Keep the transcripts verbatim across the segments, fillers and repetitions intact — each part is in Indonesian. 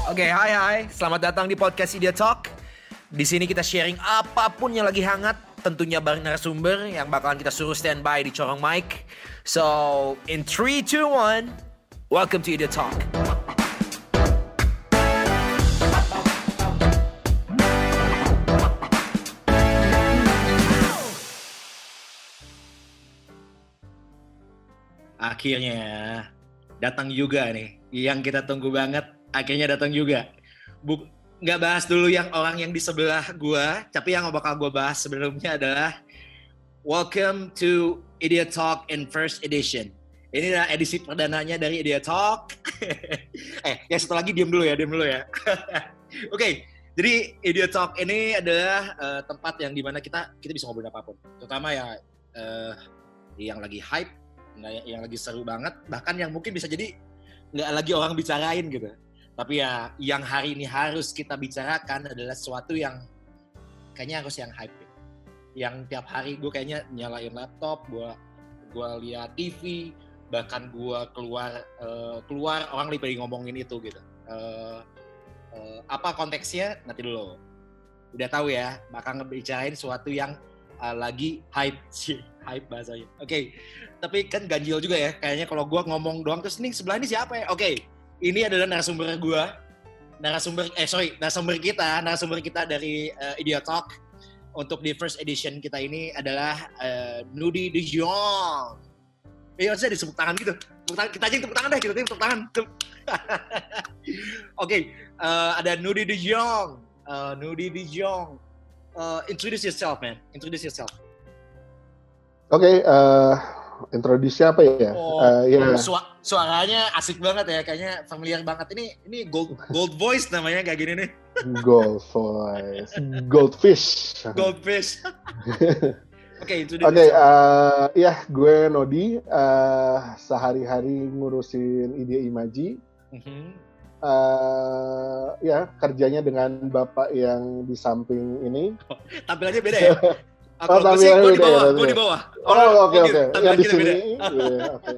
Oke, hai hai. Selamat datang di podcast Idiot Talk. Di sini kita sharing apapun yang lagi hangat, tentunya bareng narasumber yang bakalan kita suruh standby di corong mic. So, in three, two, one, welcome to Idiot Talk. Akhirnya datang juga nih, yang kita tunggu banget. Akhirnya datang juga. Buk, nggak bahas dulu yang orang yang di sebelah gua, tapi yang bakal gua bahas sebelumnya adalah welcome to Idiot Talk in first edition. Ini adalah edisi perdananya dari Idiot Talk. eh, ya satu lagi diam dulu ya, diam dulu ya. Oke, okay, jadi Idiot Talk ini adalah uh, tempat yang dimana kita kita bisa ngobrolin apapun, terutama ya uh, yang lagi hype, yang lagi seru banget, bahkan yang mungkin bisa jadi nggak lagi orang bicarain gitu. Tapi ya yang hari ini harus kita bicarakan adalah sesuatu yang kayaknya harus yang hype. Yang tiap hari gue kayaknya nyalain laptop, gue gue lihat T V, bahkan gue keluar uh, keluar orang lagi ngomongin itu gitu. Uh, uh, apa konteksnya nanti dulu. Udah tahu ya, bakal ngebicarain sesuatu yang uh, lagi hype sih, hype bahasanya. Oke, okay. Tapi kan ganjil juga ya. Kayaknya kalau gue ngomong doang terus nih sebelah ini siapa ya? Oke. Okay. Ini adalah narasumber gue, narasumber eh sorry, narasumber kita, narasumber kita dari uh, Idiot Talk untuk di first edition kita ini adalah uh, Nudi De Jong. Eh, harusnya disebut tangan gitu. Tangan, kita aja tepuk tangan deh, kita aja tepuk tangan. Oke, okay, uh, ada Nudi De Jong, uh, Nudi De Jong. Uh, introduce yourself, man. Introduce yourself. Oke, okay, uh, introduce apa ya? Oh, uh, ya. Su- suaranya asik banget ya, kayaknya familiar banget. Ini ini gold gold voice namanya kayak gini nih. Gold voice, goldfish. Goldfish. Oke, itu dia. Oke, uh, ya gue Nodi, uh, sehari-hari ngurusin ide Imaji. Mm-hmm. Uh, ya kerjanya dengan bapak yang di samping ini. Oh, tampilannya beda ya? Oh, gue sih, gue di bawah, ya, gue di bawah. Oh, oke, oke. Yang di sini. Oke.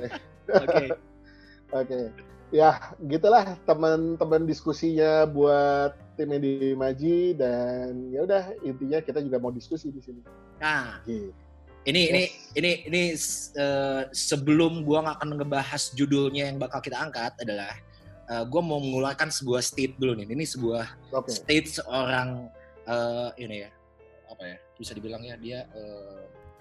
Oke. Ya, gitulah teman-teman diskusinya buat tim Ide Imaji, dan ya udah intinya kita juga mau diskusi di sini. Nah, gitu. ini, yes. ini ini ini uh, sebelum gua nggak akan ngebahas judulnya yang bakal kita angkat adalah uh, gua mau mengeluarkan sebuah state dulu nih. Ini sebuah okay. state seorang uh, ini ya. apa ya bisa dibilangnya dia uh,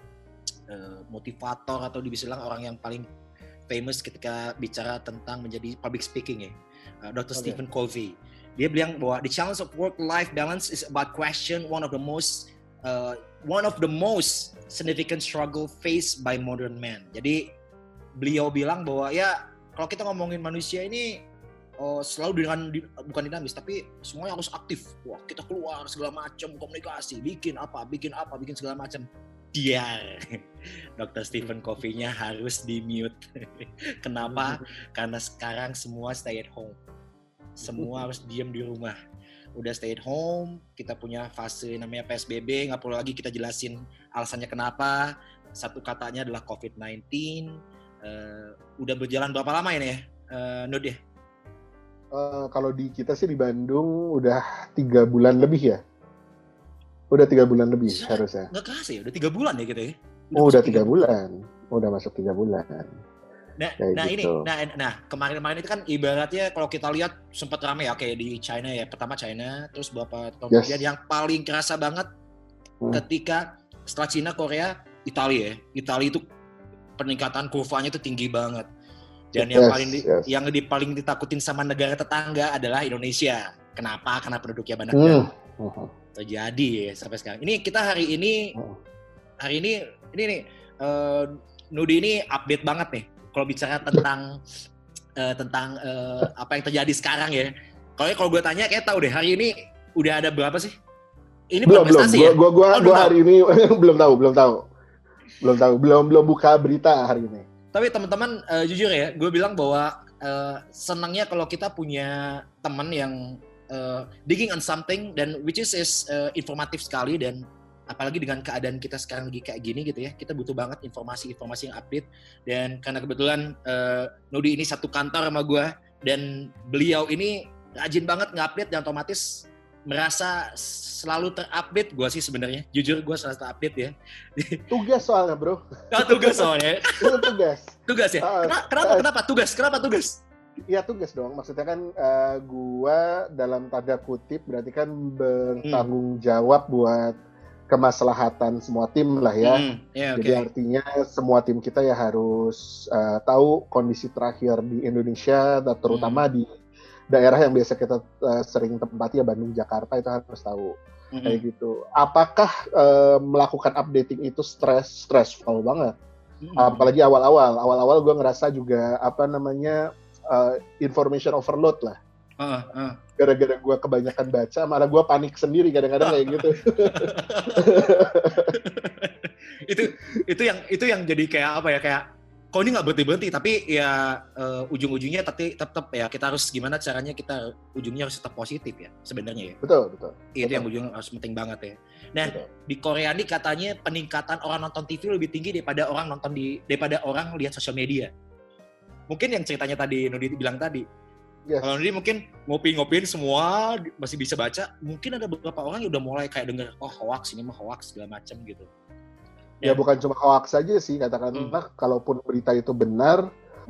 uh, motivator atau bisa bilang orang yang paling famous ketika bicara tentang menjadi public speaking ya, uh, dokter Okay. Stephen Covey. Dia bilang bahwa the challenge of work-life balance is about question one of the most uh, one of the most significant struggle faced by modern man. Jadi beliau bilang bahwa ya kalau kita ngomongin manusia ini Oh, selalu dengan bukan dinamis tapi semuanya harus aktif. Wah, kita keluar segala macam komunikasi, bikin apa, bikin apa, bikin segala macam. Dia dokter Stephen Covey-nya harus di-mute. Kenapa? Karena sekarang semua stay at home. Semua harus diam di rumah. Udah stay at home, kita punya fase namanya P S B B, enggak perlu lagi kita jelasin alasannya kenapa. Satu katanya adalah covid sembilan belas. Uh, udah berjalan berapa lama ini ya? Uh, Nud ya? Uh, kalau di kita sih di Bandung udah tiga bulan lebih ya, udah tiga bulan lebih Bisa, harusnya. Nggak kerasa ya, udah tiga bulan ya gitu ya? Udah oh udah tiga bulan, udah masuk tiga bulan. Nah, nah gitu. ini, nah, nah kemarin-kemarin itu kan ibaratnya kalau kita lihat sempat ramai ya, kayak di China ya, pertama China, terus beberapa tahun kemudian yes. yang paling kerasa banget hmm. ketika setelah China, Korea, Italia ya, Italia itu peningkatan kurvanya itu tinggi banget. Dan yang yes, paling di, yes. yang di, paling ditakutin sama negara tetangga adalah Indonesia. Kenapa? Karena penduduknya banyak dan mm. uh-huh. terjadi ya sampai sekarang. Ini kita hari ini uh. hari ini ini nih uh, Nudi ini update banget nih kalau bicara tentang uh, tentang uh, apa yang terjadi sekarang ya. Kalau kalau gue tanya kayak tahu deh hari ini udah ada berapa sih? Ini belum belum. Ya? Gua gua oh, gua hari ini belum tahu, belum tahu. Belum tahu, belum belum buka berita hari ini. Tapi teman-teman uh, jujur ya, gue bilang bahwa uh, senangnya kalau kita punya teman yang uh, digging on something dan which is, is uh, informatif sekali, dan apalagi dengan keadaan kita sekarang lagi kayak gini gitu ya, kita butuh banget informasi-informasi yang update. Dan karena kebetulan uh, Nudi ini satu kantor sama gue, dan beliau ini rajin banget nge-update dan otomatis merasa selalu terupdate. Gue sih sebenarnya, jujur gue selalu terupdate ya. Tugas soalnya bro. Nah, tugas soalnya. Itu tugas. Tugas ya. Uh, kenapa, kenapa? uh, kenapa tugas? Kenapa tugas? Iya tugas dong. Maksudnya kan uh, gue dalam tanda kutip berarti kan bertanggung jawab buat kemaslahatan semua tim lah ya. Hmm, yeah, okay. Jadi artinya semua tim kita ya harus uh, tahu kondisi terakhir di Indonesia, terutama hmm. di daerah yang biasa kita uh, sering tempati ya, Bandung, Jakarta, itu harus tahu. Mm-hmm. Kayak gitu. Apakah uh, melakukan updating itu stress stressful banget? Mm-hmm. Apalagi awal-awal. Awal-awal gue ngerasa juga apa namanya uh, information overload lah. Uh, uh. Gara-gara gue kebanyakan baca, malah gue panik sendiri kadang-kadang kayak gitu. itu itu yang itu yang jadi kayak apa ya, kayak kok ini nggak berhenti-berhenti, tapi ya uh, ujung-ujungnya tapi tetap ya kita harus gimana caranya kita ujungnya harus tetap positif ya sebenarnya ya. Betul, betul. Itu betul. yang ujungnya harus penting banget ya. Nah, betul. Di Korea ini katanya peningkatan orang nonton T V lebih tinggi daripada orang nonton di daripada orang lihat sosial media. Mungkin yang ceritanya tadi Nudi bilang tadi. Yes. Kalau Nudi mungkin ngopi-ngopiin semua masih bisa baca, mungkin ada beberapa orang yang udah mulai kayak denger, oh hoax, ini mah hoax segala macam gitu. Ya, ya bukan cuma hoax saja sih, katakanlah hmm. kalaupun berita itu benar,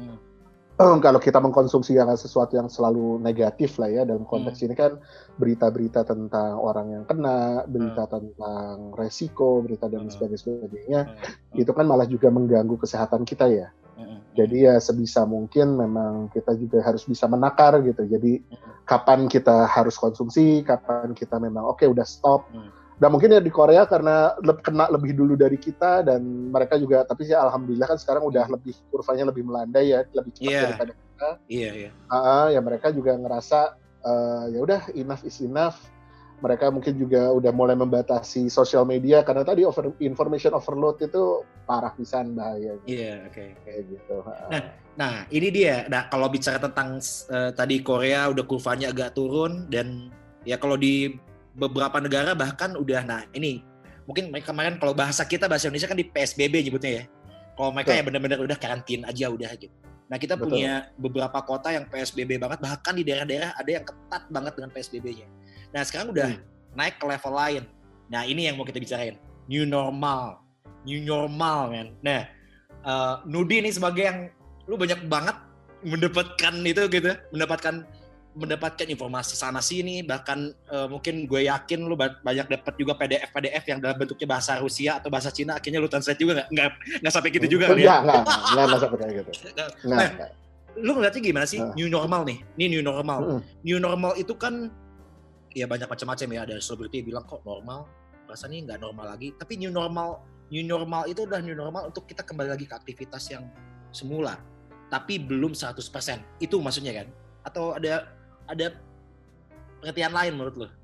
hmm. kalau kita mengkonsumsi yang sesuatu yang selalu negatif lah ya, dalam konteks hmm. ini kan berita-berita tentang orang yang kena, berita hmm. tentang resiko, berita dan hmm. sebagainya, hmm. itu kan malah juga mengganggu kesehatan kita ya. Hmm. Jadi ya sebisa mungkin memang kita juga harus bisa menakar gitu. Jadi hmm. kapan kita harus konsumsi, kapan kita memang oke okay, udah stop. Hmm. Dan mungkin ya di Korea karena le- kena lebih dulu dari kita dan mereka juga, tapi sih alhamdulillah kan sekarang udah lebih kurvanya lebih melandai ya, lebih cepat yeah. daripada kita. Iya yeah, iya. Yeah. Uh, ya mereka juga ngerasa uh, ya udah enough is enough. Mereka mungkin juga udah mulai membatasi sosial media karena tadi over, information overload itu parah pisan bahaya. Iya yeah, oke okay. Kayak gitu. Uh. Nah, nah ini dia. Nah kalau bicara tentang uh, tadi Korea udah kurvanya agak turun dan ya kalau di beberapa negara bahkan udah, nah ini mungkin mereka kemarin kalau bahasa kita bahasa Indonesia kan di P S B B nyebutnya ya. Kalau mereka Betul. ya benar-benar udah karantin aja udah gitu. Nah kita Betul. punya beberapa kota yang P S B B banget, bahkan di daerah-daerah ada yang ketat banget dengan P S B B-nya. Nah sekarang udah hmm. naik ke level lain. Nah ini yang mau kita bicarain, new normal, new normal man. Nah uh, Nudi ini sebagai yang lu banyak banget mendapatkan itu gitu, mendapatkan mendapatkan informasi sana sini, bahkan uh, mungkin gue yakin lu banyak dapat juga P D F P D F yang dalam bentuknya bahasa Rusia atau bahasa Cina, akhirnya lu translate juga nggak nggak nggak sampai gitu juga kali ya? Nggak nggak nggak sampai kayak gitu. Nah, nah, lu ngeliatnya gimana sih uh. new normal nih? Ini new normal. Uh. New normal itu kan ya banyak macam-macam ya, ada selebriti bilang kok normal, rasanya nggak normal lagi. Tapi new normal, new normal itu udah new normal untuk kita kembali lagi ke aktivitas yang semula, tapi belum seratus persen. Itu maksudnya kan? Atau ada ada pengertian lain menurut lo?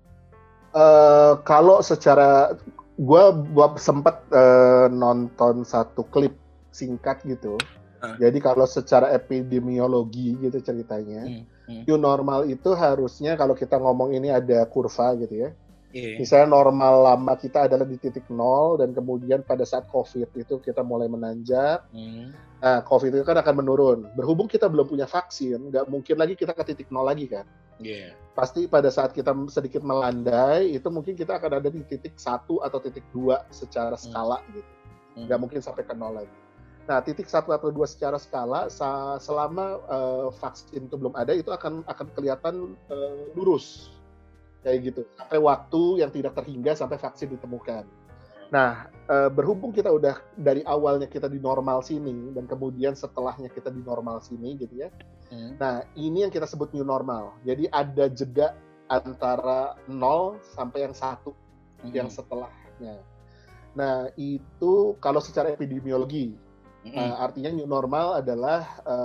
Uh, kalau secara gue sempat uh, nonton satu klip singkat gitu. Uh. Jadi kalau secara epidemiologi gitu ceritanya, hmm. Hmm. new normal itu harusnya kalau kita ngomong ini ada kurva gitu ya. Yeah. Misalnya normal lama kita adalah di titik nol dan kemudian pada saat COVID itu kita mulai menanjak. Hmm. Nah, COVID itu kan akan menurun. Berhubung kita belum punya vaksin, nggak mungkin lagi kita ke titik nol lagi kan. Yeah. Pasti pada saat kita sedikit melandai, itu mungkin kita akan ada di titik satu atau titik dua secara skala hmm. gitu. Hmm. Nggak mungkin sampai ke nol lagi. Nah, titik satu atau dua secara skala, selama uh, vaksin itu belum ada, itu akan akan kelihatan uh, lurus. Kayak gitu, sampai waktu yang tidak terhingga sampai vaksin ditemukan. Nah, e, berhubung kita udah dari awalnya kita di normal sini, dan kemudian setelahnya kita di normal sini gitu ya. Hmm. Nah, ini yang kita sebut new normal. Jadi ada jeda antara nol sampai yang satu, hmm. yang setelahnya. Nah, itu kalau secara epidemiologi, hmm. e, artinya new normal adalah e,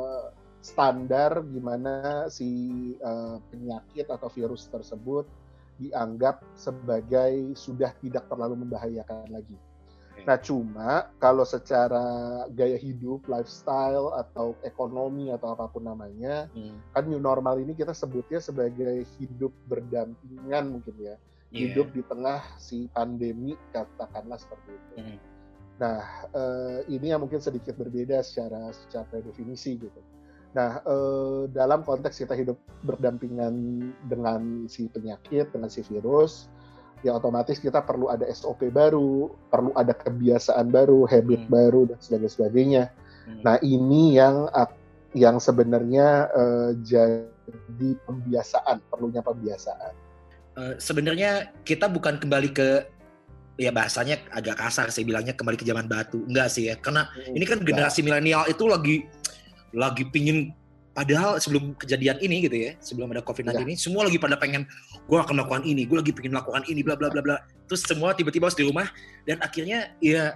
standar gimana si uh, penyakit atau virus tersebut dianggap sebagai sudah tidak terlalu membahayakan lagi. Okay. Nah, cuma kalau secara gaya hidup, lifestyle atau ekonomi atau apapun namanya, hmm. kan new normal ini kita sebutnya sebagai hidup berdampingan mungkin ya, yeah. hidup di tengah si pandemi katakanlah seperti itu. Hmm. Nah, uh, ini yang mungkin sedikit berbeda secara secara definisi gitu. Nah, eh, dalam konteks kita hidup berdampingan dengan si penyakit, dengan si virus, ya otomatis kita perlu ada S O P baru, perlu ada kebiasaan baru, habit hmm. baru, dan sebagainya. Hmm. Nah, ini yang yang sebenarnya uh, jadi pembiasaan, perlunya pembiasaan. Uh, sebenarnya kita bukan kembali ke, ya bahasanya agak kasar saya bilangnya kembali ke zaman batu, enggak sih ya, karena hmm. ini kan generasi nah. milenial itu lagi lagi pingin, padahal sebelum kejadian ini gitu ya, sebelum ada covid sembilan belas ya. Ini semua lagi pada pengen, gue akan melakukan ini, gue lagi pengen melakukan ini, bla bla bla bla. Terus semua tiba-tiba harus di rumah, dan akhirnya ya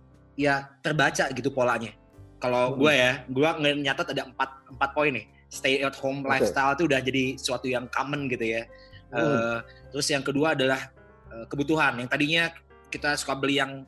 ya terbaca gitu polanya. Kalau hmm. gue ya, gue nyatat ada empat empat poin nih. Stay at home okay. lifestyle itu udah jadi sesuatu yang common gitu ya. Hmm. Uh, terus yang kedua adalah uh, kebutuhan. Yang tadinya kita suka beli yang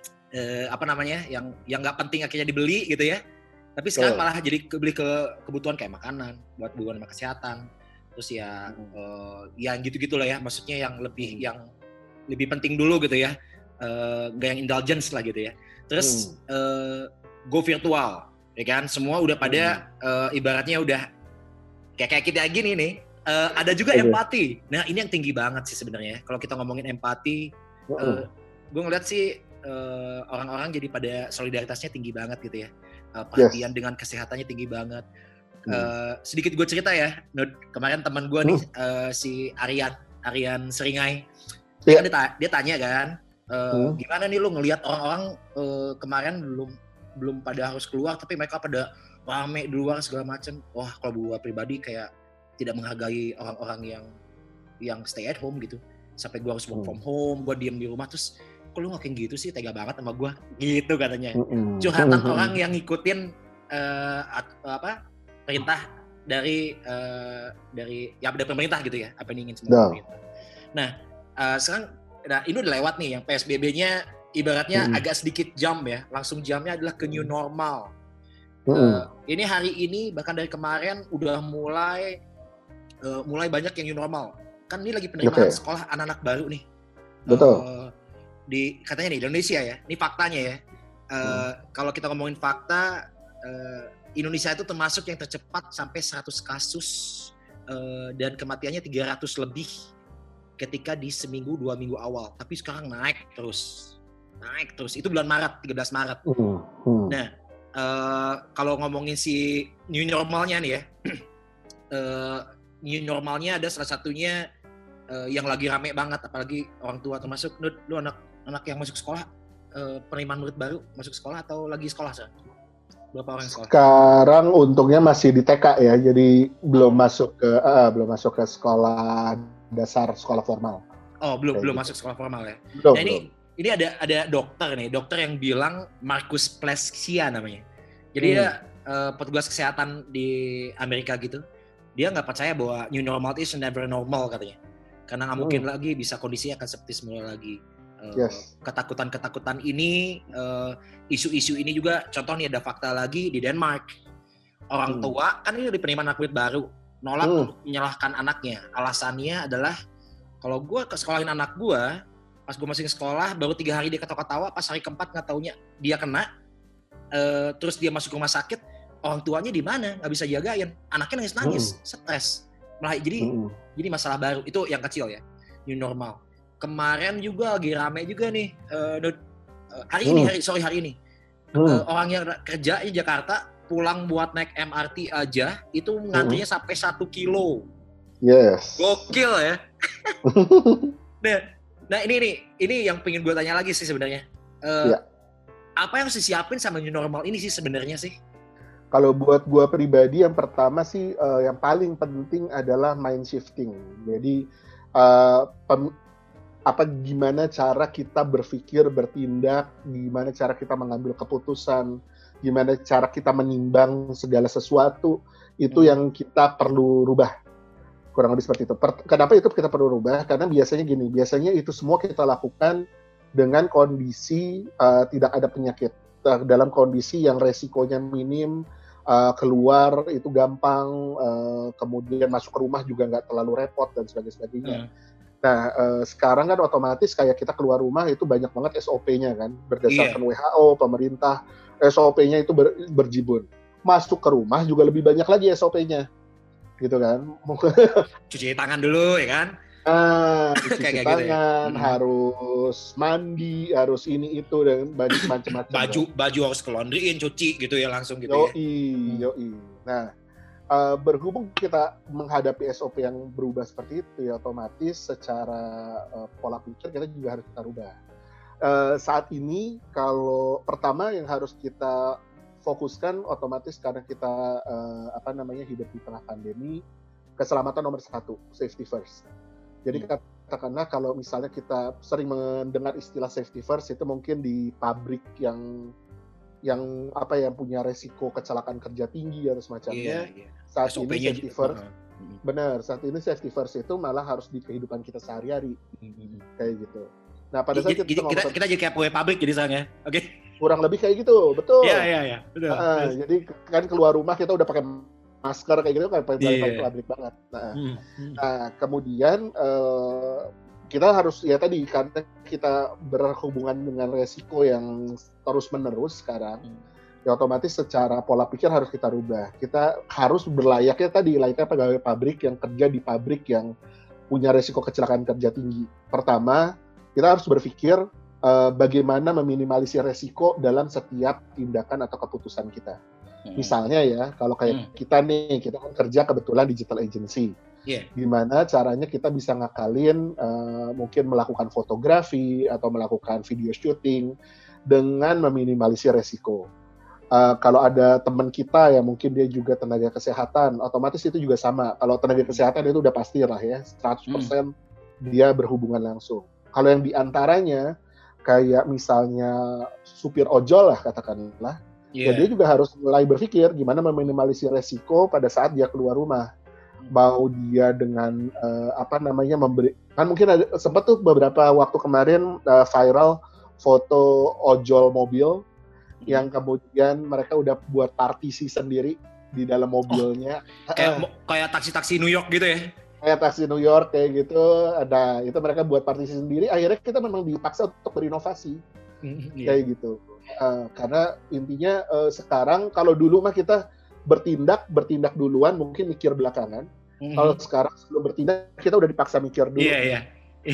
uh, apa namanya, yang yang nggak penting akhirnya dibeli gitu ya. Tapi sekarang oh. malah jadi beli ke kebutuhan kayak makanan, buat hubungan sama kesehatan. Terus ya, hmm. uh, yang gitu-gitu lah ya. Maksudnya yang lebih hmm. yang lebih penting dulu gitu ya. Uh, gak yang indulgence lah gitu ya. Terus hmm. uh, go virtual, ya kan? Semua udah pada hmm. uh, ibaratnya udah kayak kayak kita gini nih. Uh, ada juga okay. empati. Nah ini yang tinggi banget sih sebenarnya. Kalau kita ngomongin empati, hmm. uh, gue ngeliat sih uh, orang-orang jadi pada solidaritasnya tinggi banget gitu ya. Uh, perhatian yes. dengan kesehatannya tinggi banget. Hmm. Uh, sedikit gue cerita ya, Nud, kemarin teman gue hmm. nih uh, si Aryan, Aryan Seringai, yeah. dia, ta- dia tanya kan, uh, hmm. gimana nih lu ngelihat orang-orang uh, kemarin belum belum pada harus keluar, tapi mereka pada rame di luar segala macam. Wah, kalau gue pribadi kayak tidak menghargai orang-orang yang yang stay at home gitu. Sampai gue harus work from home, gue diem di rumah terus. Kok lu ngelakuin gitu sih, tega banget sama gue gitu katanya. Mm-hmm. Curhatan mm-hmm. orang yang ngikutin uh, at, apa perintah dari uh, dari ya dari pemerintah gitu ya, apa yang ingin semua no. pemerintah. Nah uh, sekarang nah, ini udah lewat nih yang P S B B-nya ibaratnya mm-hmm. agak sedikit jump ya, langsung jumpnya adalah ke new normal. Mm-hmm. uh, ini hari ini bahkan dari kemarin udah mulai uh, mulai banyak yang new normal, kan ini lagi penerimaan okay. sekolah anak-anak baru nih. Betul. Uh, di katanya nih Indonesia ya, ini faktanya ya. Uh, hmm. Kalau kita ngomongin fakta, uh, Indonesia itu termasuk yang tercepat sampai seratus kasus uh, dan kematiannya tiga ratus lebih ketika di seminggu dua minggu awal. Tapi sekarang naik terus, naik terus. Itu bulan Maret, tiga belas Maret. Hmm. Hmm. Nah, uh, kalau ngomongin si new normalnya nih ya, uh, new normalnya ada salah satunya uh, yang lagi rame banget, apalagi orang tua termasuk. Lu, lu anak anak yang masuk sekolah, eh, penerimaan murid baru masuk sekolah atau lagi sekolah sih? Berapa orang sekolah? Sekarang untungnya masih di T K ya, jadi belum masuk ke uh, belum masuk ke sekolah dasar, sekolah formal. Oh, belum Kayak belum gitu. Masuk sekolah formal ya. Belum, nah ini belum. ini ada ada dokter nih, dokter yang bilang Marcus Plessia namanya. Jadi hmm. dia uh, petugas kesehatan di Amerika gitu. Dia nggak percaya bahwa new normal is never normal katanya. Karena nggak hmm. mungkin lagi bisa kondisinya akan seperti semula lagi. Uh, yes. Ketakutan-ketakutan ini, uh, isu-isu ini juga, contoh nih ada fakta lagi di Denmark. Orang hmm. tua, kan ini dari penerimaan anak murid baru, nolak hmm. untuk menyalahkan anaknya. Alasannya adalah, kalau gue ke sekolahin anak gue, pas gue masih ke sekolah, baru tiga hari dia ketawa-ketawa, pas hari keempat nggak taunya dia kena, uh, terus dia masuk rumah sakit, orang tuanya di mana? Nggak bisa jagain. Anaknya nangis-nangis, hmm. stres. Malah jadi, hmm. jadi masalah baru. Itu yang kecil ya, new normal. Kemarin juga lagi rame juga nih, uh, uh, hari hmm. ini, hari, sorry hari ini, hmm. uh, orang yang kerja di Jakarta pulang buat naik M R T aja itu ngantrinya hmm. sampai satu kilo. Yes. Gokil ya. nah, nah ini nih, ini yang pengen gue tanya lagi sih sebenarnya. Uh, yeah. Apa yang harus disiapin sama new normal ini sih sebenarnya sih? Kalau buat gue pribadi yang pertama sih, uh, yang paling penting adalah mind shifting. Jadi uh, pem- apa gimana cara kita berpikir, bertindak, gimana cara kita mengambil keputusan, gimana cara kita menimbang segala sesuatu, itu hmm. yang kita perlu rubah. Kurang lebih seperti itu. Per- Kenapa itu kita perlu rubah? Karena biasanya gini, biasanya itu semua kita lakukan dengan kondisi uh, tidak ada penyakit. Uh, dalam kondisi yang resikonya minim, uh, keluar itu gampang, uh, kemudian masuk ke rumah juga nggak terlalu repot, dan sebagainya. Hmm. Nah, eh, sekarang kan otomatis kayak kita keluar rumah itu banyak banget S O P-nya kan, berdasarkan yeah. W H O, pemerintah, S O P-nya itu ber, berjibun. masuk ke rumah juga lebih banyak lagi S O P-nya, gitu kan. Cuci tangan dulu ya kan. Ah, cuci Kayak gitu ya. tangan, Hmm. harus mandi, harus ini itu dan banyak macam-macam. Baju kan. baju harus kelondriin, cuci gitu ya langsung gitu Yoi, ya. yoi. Nah, uh, berhubung kita menghadapi S O P yang berubah seperti itu ya, otomatis secara uh, pola pikir kita juga harus kita rubah. Uh, saat ini kalau pertama yang harus kita fokuskan otomatis karena kita uh, apa namanya hidup di tengah pandemi, keselamatan nomor satu, safety first. Jadi hmm. katakanlah kalau misalnya kita sering mendengar istilah safety first itu mungkin di pabrik yang yang apa yang punya resiko kecelakaan kerja tinggi atau semacamnya. Yeah, yeah. Saat S O P-nya ini safety first, uh-huh. benar. Saat ini safety first itu malah harus di kehidupan kita sehari-hari, mm-hmm. kayak gitu. Nah pada saat jadi, kita, kita, kita jadi kayak pegawai pabrik jadi soalnya, oke? Okay. Kurang lebih kayak gitu, betul. Iya iya iya, betul. Uh, yes. Jadi kan keluar rumah kita udah pakai masker kayak gitu kan paling yeah. pabrik banget. Nah, hmm. nah kemudian uh, kita harus ya tadi karena kita berhubungan dengan resiko yang terus menerus sekarang, hmm. ya otomatis secara pola pikir harus kita rubah. Kita harus berlayaknya tadi layaknya pegawai pabrik yang kerja di pabrik yang punya resiko kecelakaan kerja tinggi. Pertama, kita harus berpikir uh, bagaimana meminimalisir resiko dalam setiap tindakan atau keputusan kita. Misalnya ya, kalau kayak hmm. kita nih, kita kan kerja kebetulan digital agency. Yeah. Gimana caranya kita bisa ngakalin uh, mungkin melakukan fotografi atau melakukan video shooting dengan meminimalisir resiko. Uh, kalau ada teman kita ya mungkin dia juga tenaga kesehatan, otomatis itu juga sama. Kalau tenaga kesehatan itu udah pasti lah ya, seratus persen hmm. dia berhubungan langsung. Kalau yang diantaranya kayak misalnya supir ojol lah katakanlah, yeah. ya dia juga harus mulai berpikir gimana meminimalisir resiko pada saat dia keluar rumah. Mau dia dengan uh, apa namanya memberi, kan mungkin ada sempat tuh beberapa waktu kemarin uh, viral foto ojol mobil hmm. yang kemudian mereka udah buat partisi sendiri di dalam mobilnya. Oh, kayak uh, kayak taksi-taksi New York gitu ya? Kayak taksi New York kayak gitu, ada itu mereka buat partisi sendiri. Akhirnya kita memang dipaksa untuk berinovasi hmm, kayak yeah. gitu. Uh, karena intinya uh, sekarang kalau dulu mah kita bertindak bertindak duluan mungkin mikir belakangan. Mm-hmm. Kalau sekarang sebelum bertindak kita udah dipaksa mikir dulu. Iya iya.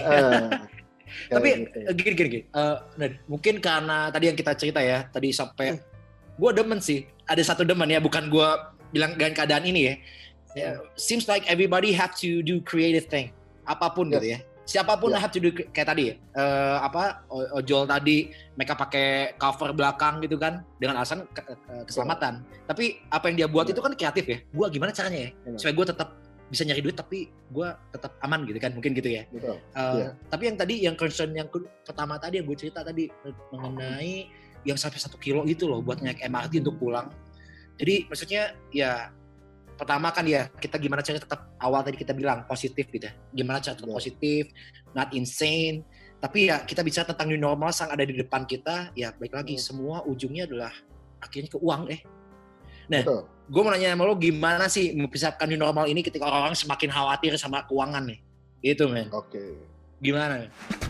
Tapi gitu. gini gini gini. Uh, mungkin karena tadi yang kita cerita ya, tadi sampai mm. gue demen sih. Ada satu demen ya, bukan gue bilang dengan keadaan ini ya. Yeah, seems like everybody have to do creative thing, apapun yes. gitu ya. Siapapun yeah. have to do kayak tadi ya, uh, apa ojol tadi mereka pakai cover belakang gitu kan dengan alasan ke- ke- keselamatan. Yeah. Tapi apa yang dia buat yeah. itu kan kreatif ya. Gua gimana caranya ya yeah. supaya gue tetap bisa nyari duit tapi gue tetap aman gitu kan, mungkin gitu ya. Uh, yeah. Tapi yang tadi yang concern yang pertama tadi yang gue cerita tadi mengenai yang sampai satu kilo gitu loh buat naik M R T untuk pulang. Jadi maksudnya ya. Pertama kan ya kita gimana caranya tetap awal tadi kita bilang positif gitu ya. Gimana cara tetap yeah. positif, not insane. Tapi ya kita bicara tentang new normal yang ada di depan kita. Ya baik lagi yeah. semua ujungnya adalah akhirnya ke uang eh. Nah, gue mau nanya sama lo gimana sih mempersiapkan new normal ini ketika orang-orang semakin khawatir sama keuangan nih. Gitu men. Oke. Okay. Gimana?